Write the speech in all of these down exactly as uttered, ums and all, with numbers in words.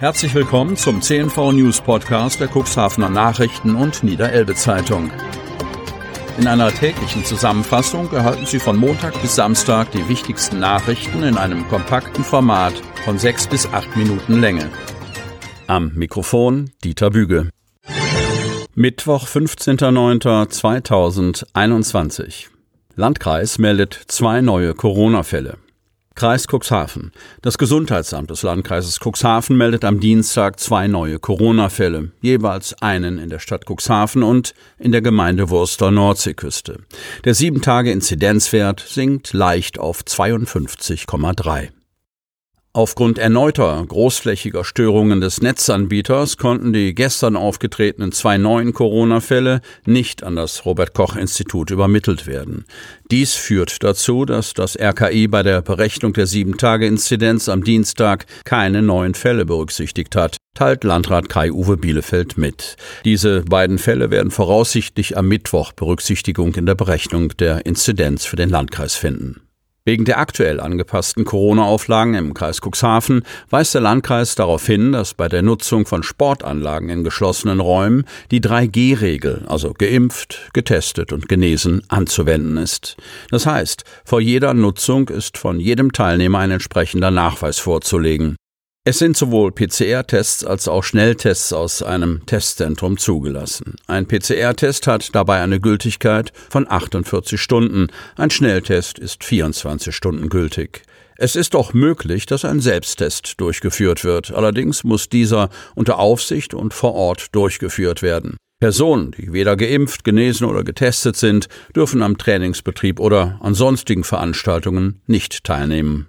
Herzlich willkommen zum C N V News Podcast der Cuxhavener Nachrichten und Niederelbe Zeitung. In einer täglichen Zusammenfassung erhalten Sie von Montag bis Samstag die wichtigsten Nachrichten in einem kompakten Format von sechs bis acht Minuten Länge. Am Mikrofon Dieter Büge. Mittwoch, fünfzehnter neunter zweitausendeinundzwanzig. Landkreis meldet zwei neue Corona-Fälle. Kreis Cuxhaven. Das Gesundheitsamt des Landkreises Cuxhaven meldet am Dienstag zwei neue Corona-Fälle, jeweils einen in der Stadt Cuxhaven und in der Gemeinde Wurster Nordseeküste. Der sieben Tage Inzidenzwert sinkt leicht auf zweiundfünfzig Komma drei. Aufgrund erneuter großflächiger Störungen des Netzanbieters konnten die gestern aufgetretenen zwei neuen Corona-Fälle nicht an das Robert-Koch-Institut übermittelt werden. Dies führt dazu, dass das R K I bei der Berechnung der sieben Tage Inzidenz am Dienstag keine neuen Fälle berücksichtigt hat, teilt Landrat Kai-Uwe Bielefeld mit. Diese beiden Fälle werden voraussichtlich am Mittwoch Berücksichtigung in der Berechnung der Inzidenz für den Landkreis finden. Wegen der aktuell angepassten Corona-Auflagen im Kreis Cuxhaven weist der Landkreis darauf hin, dass bei der Nutzung von Sportanlagen in geschlossenen Räumen die drei G Regel, also geimpft, getestet und genesen, anzuwenden ist. Das heißt, vor jeder Nutzung ist von jedem Teilnehmer ein entsprechender Nachweis vorzulegen. Es sind sowohl P C R-Tests als auch Schnelltests aus einem Testzentrum zugelassen. Ein P C R-Test hat dabei eine Gültigkeit von achtundvierzig Stunden, ein Schnelltest ist vierundzwanzig Stunden gültig. Es ist auch möglich, dass ein Selbsttest durchgeführt wird, allerdings muss dieser unter Aufsicht und vor Ort durchgeführt werden. Personen, die weder geimpft, genesen oder getestet sind, dürfen am Trainingsbetrieb oder an sonstigen Veranstaltungen nicht teilnehmen.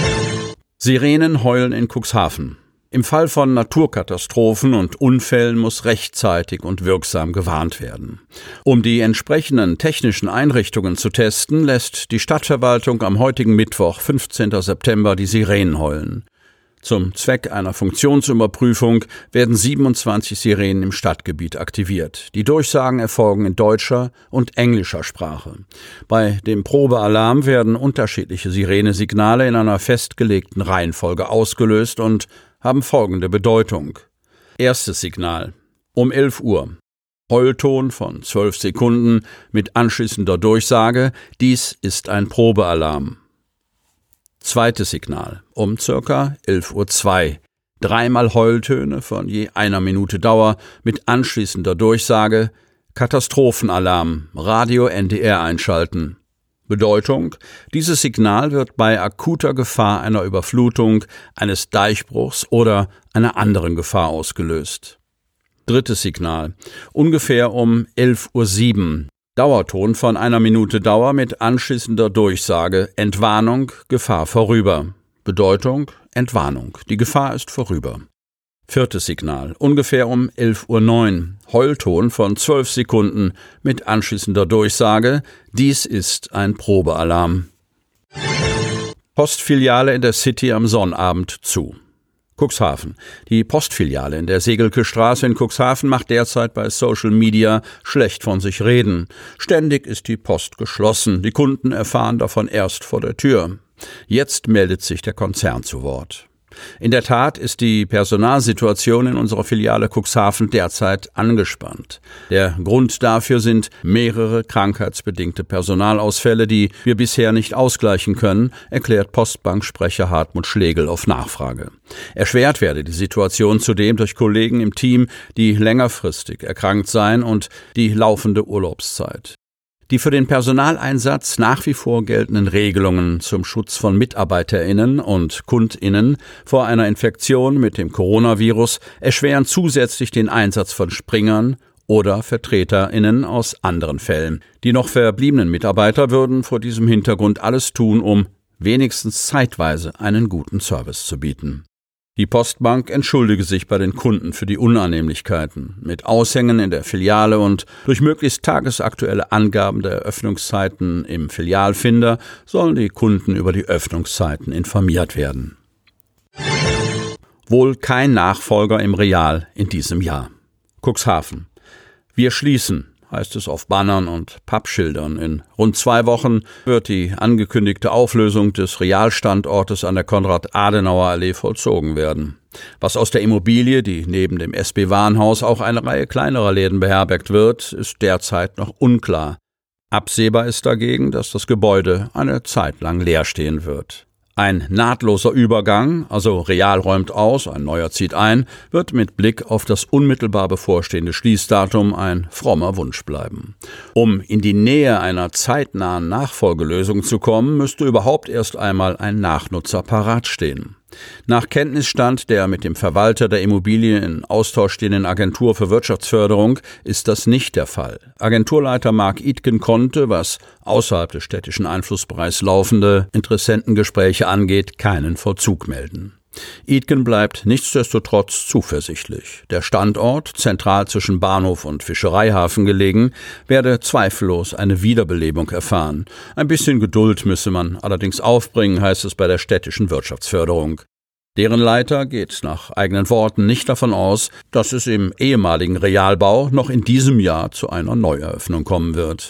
Sirenen heulen in Cuxhaven. Im Fall von Naturkatastrophen und Unfällen muss rechtzeitig und wirksam gewarnt werden. Um die entsprechenden technischen Einrichtungen zu testen, lässt die Stadtverwaltung am heutigen Mittwoch, fünfzehnter September, die Sirenen heulen. Zum Zweck einer Funktionsüberprüfung werden siebenundzwanzig Sirenen im Stadtgebiet aktiviert. Die Durchsagen erfolgen in deutscher und englischer Sprache. Bei dem Probealarm werden unterschiedliche Sirenesignale in einer festgelegten Reihenfolge ausgelöst und haben folgende Bedeutung. Erstes Signal: um elf Uhr. Heulton von zwölf Sekunden mit anschließender Durchsage: dies ist ein Probealarm. Zweites Signal, um circa elf Uhr zwei. Dreimal Heultöne von je einer Minute Dauer mit anschließender Durchsage: Katastrophenalarm, Radio N D R einschalten. Bedeutung: dieses Signal wird bei akuter Gefahr einer Überflutung, eines Deichbruchs oder einer anderen Gefahr ausgelöst. Drittes Signal, ungefähr um elf Uhr sieben. Dauerton von einer Minute Dauer mit anschließender Durchsage: Entwarnung, Gefahr vorüber. Bedeutung: Entwarnung, die Gefahr ist vorüber. Viertes Signal, ungefähr um elf Uhr neun. Heulton von zwölf Sekunden mit anschließender Durchsage: dies ist ein Probealarm. Postfiliale in der City am Sonnabend zu. Cuxhaven. Die Postfiliale in der Segelke Straße in Cuxhaven macht derzeit bei Social Media schlecht von sich reden. Ständig ist die Post geschlossen. Die Kunden erfahren davon erst vor der Tür. Jetzt meldet sich der Konzern zu Wort. In der Tat ist die Personalsituation in unserer Filiale Cuxhaven derzeit angespannt. Der Grund dafür sind mehrere krankheitsbedingte Personalausfälle, die wir bisher nicht ausgleichen können, erklärt Postbank-Sprecher Hartmut Schlegel auf Nachfrage. Erschwert werde die Situation zudem durch Kollegen im Team, die längerfristig erkrankt seien, und die laufende Urlaubszeit. Die für den Personaleinsatz nach wie vor geltenden Regelungen zum Schutz von MitarbeiterInnen und KundInnen vor einer Infektion mit dem Coronavirus erschweren zusätzlich den Einsatz von Springern oder VertreterInnen aus anderen Fällen. Die noch verbliebenen Mitarbeiter würden vor diesem Hintergrund alles tun, um wenigstens zeitweise einen guten Service zu bieten. Die Postbank entschuldige sich bei den Kunden für die Unannehmlichkeiten. Mit Aushängen in der Filiale und durch möglichst tagesaktuelle Angaben der Öffnungszeiten im Filialfinder sollen die Kunden über die Öffnungszeiten informiert werden. Wohl kein Nachfolger im Real in diesem Jahr. Cuxhaven. Wir schließen, heißt es auf Bannern und Pappschildern. In rund zwei Wochen wird die angekündigte Auflösung des Realstandortes an der Konrad-Adenauer-Allee vollzogen werden. Was aus der Immobilie, die neben dem S B-Warenhaus auch eine Reihe kleinerer Läden beherbergt wird, ist derzeit noch unklar. Absehbar ist dagegen, dass das Gebäude eine Zeit lang leer stehen wird. Ein nahtloser Übergang, also Real räumt aus, ein neuer zieht ein, wird mit Blick auf das unmittelbar bevorstehende Schließdatum ein frommer Wunsch bleiben. Um in die Nähe einer zeitnahen Nachfolgelösung zu kommen, müsste überhaupt erst einmal ein Nachnutzer parat stehen. Nach Kenntnisstand der mit dem Verwalter der Immobilie in Austausch stehenden Agentur für Wirtschaftsförderung ist das nicht der Fall. Agenturleiter Mark Idken konnte, was außerhalb des städtischen Einflussbereichs laufende Interessentengespräche angeht, keinen Vollzug melden. Idken bleibt nichtsdestotrotz zuversichtlich. Der Standort, zentral zwischen Bahnhof und Fischereihafen gelegen, werde zweifellos eine Wiederbelebung erfahren. Ein bisschen Geduld müsse man allerdings aufbringen, heißt es bei der städtischen Wirtschaftsförderung. Deren Leiter geht nach eigenen Worten nicht davon aus, dass es im ehemaligen Realbau noch in diesem Jahr zu einer Neueröffnung kommen wird.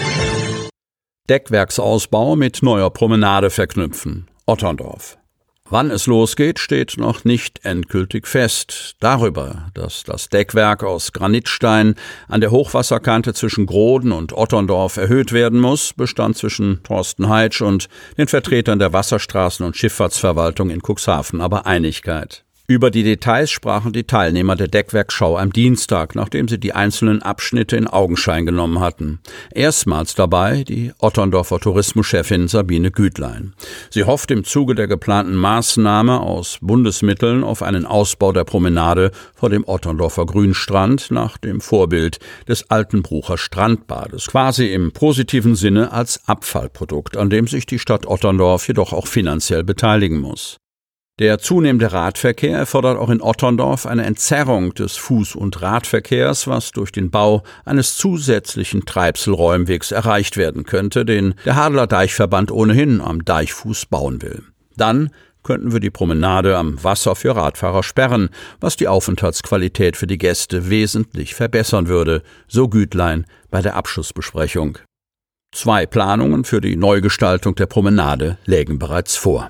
Deckwerksausbau mit neuer Promenade verknüpfen. Otterndorf. Wann es losgeht, steht noch nicht endgültig fest. Darüber, dass das Deckwerk aus Granitstein an der Hochwasserkante zwischen Groden und Otterndorf erhöht werden muss, bestand zwischen Thorsten Heitsch und den Vertretern der Wasserstraßen- und Schifffahrtsverwaltung in Cuxhaven aber Einigkeit. Über die Details sprachen die Teilnehmer der Deckwerkschau am Dienstag, nachdem sie die einzelnen Abschnitte in Augenschein genommen hatten. Erstmals dabei die Otterndorfer Tourismuschefin Sabine Gütlein. Sie hofft im Zuge der geplanten Maßnahme aus Bundesmitteln auf einen Ausbau der Promenade vor dem Otterndorfer Grünstrand nach dem Vorbild des Altenbrucher Strandbades, quasi im positiven Sinne als Abfallprodukt, an dem sich die Stadt Otterndorf jedoch auch finanziell beteiligen muss. Der zunehmende Radverkehr erfordert auch in Otterndorf eine Entzerrung des Fuß- und Radverkehrs, was durch den Bau eines zusätzlichen Treibselräumwegs erreicht werden könnte, den der Hadeler Deichverband ohnehin am Deichfuß bauen will. Dann könnten wir die Promenade am Wasser für Radfahrer sperren, was die Aufenthaltsqualität für die Gäste wesentlich verbessern würde, so Gütlein bei der Abschlussbesprechung. Zwei Planungen für die Neugestaltung der Promenade lägen bereits vor.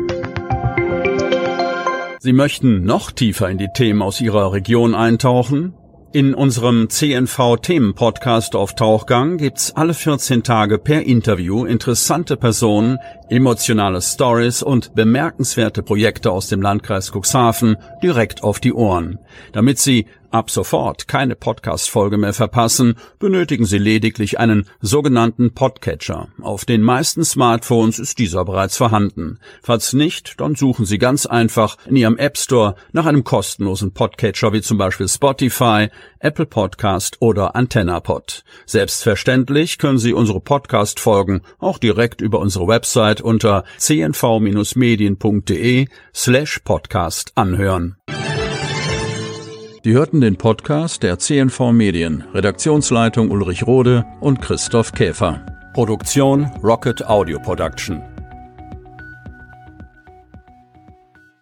Sie möchten noch tiefer in die Themen aus Ihrer Region eintauchen? In unserem C N V-Themen-Podcast auf Tauchgang gibt's alle vierzehn Tage per Interview interessante Personen, emotionale Stories und bemerkenswerte Projekte aus dem Landkreis Cuxhaven direkt auf die Ohren. Damit Sie ab sofort keine Podcast-Folge mehr verpassen, benötigen Sie lediglich einen sogenannten Podcatcher. Auf den meisten Smartphones ist dieser bereits vorhanden. Falls nicht, dann suchen Sie ganz einfach in Ihrem App Store nach einem kostenlosen Podcatcher wie zum Beispiel Spotify, Apple Podcast oder AntennaPod. Selbstverständlich können Sie unsere Podcast-Folgen auch direkt über unsere Website unter c n v medien punkt d e slash podcast anhören. Sie hörten den Podcast der C N V Medien, Redaktionsleitung Ulrich Rode und Christoph Käfer. Produktion Rocket Audio Production.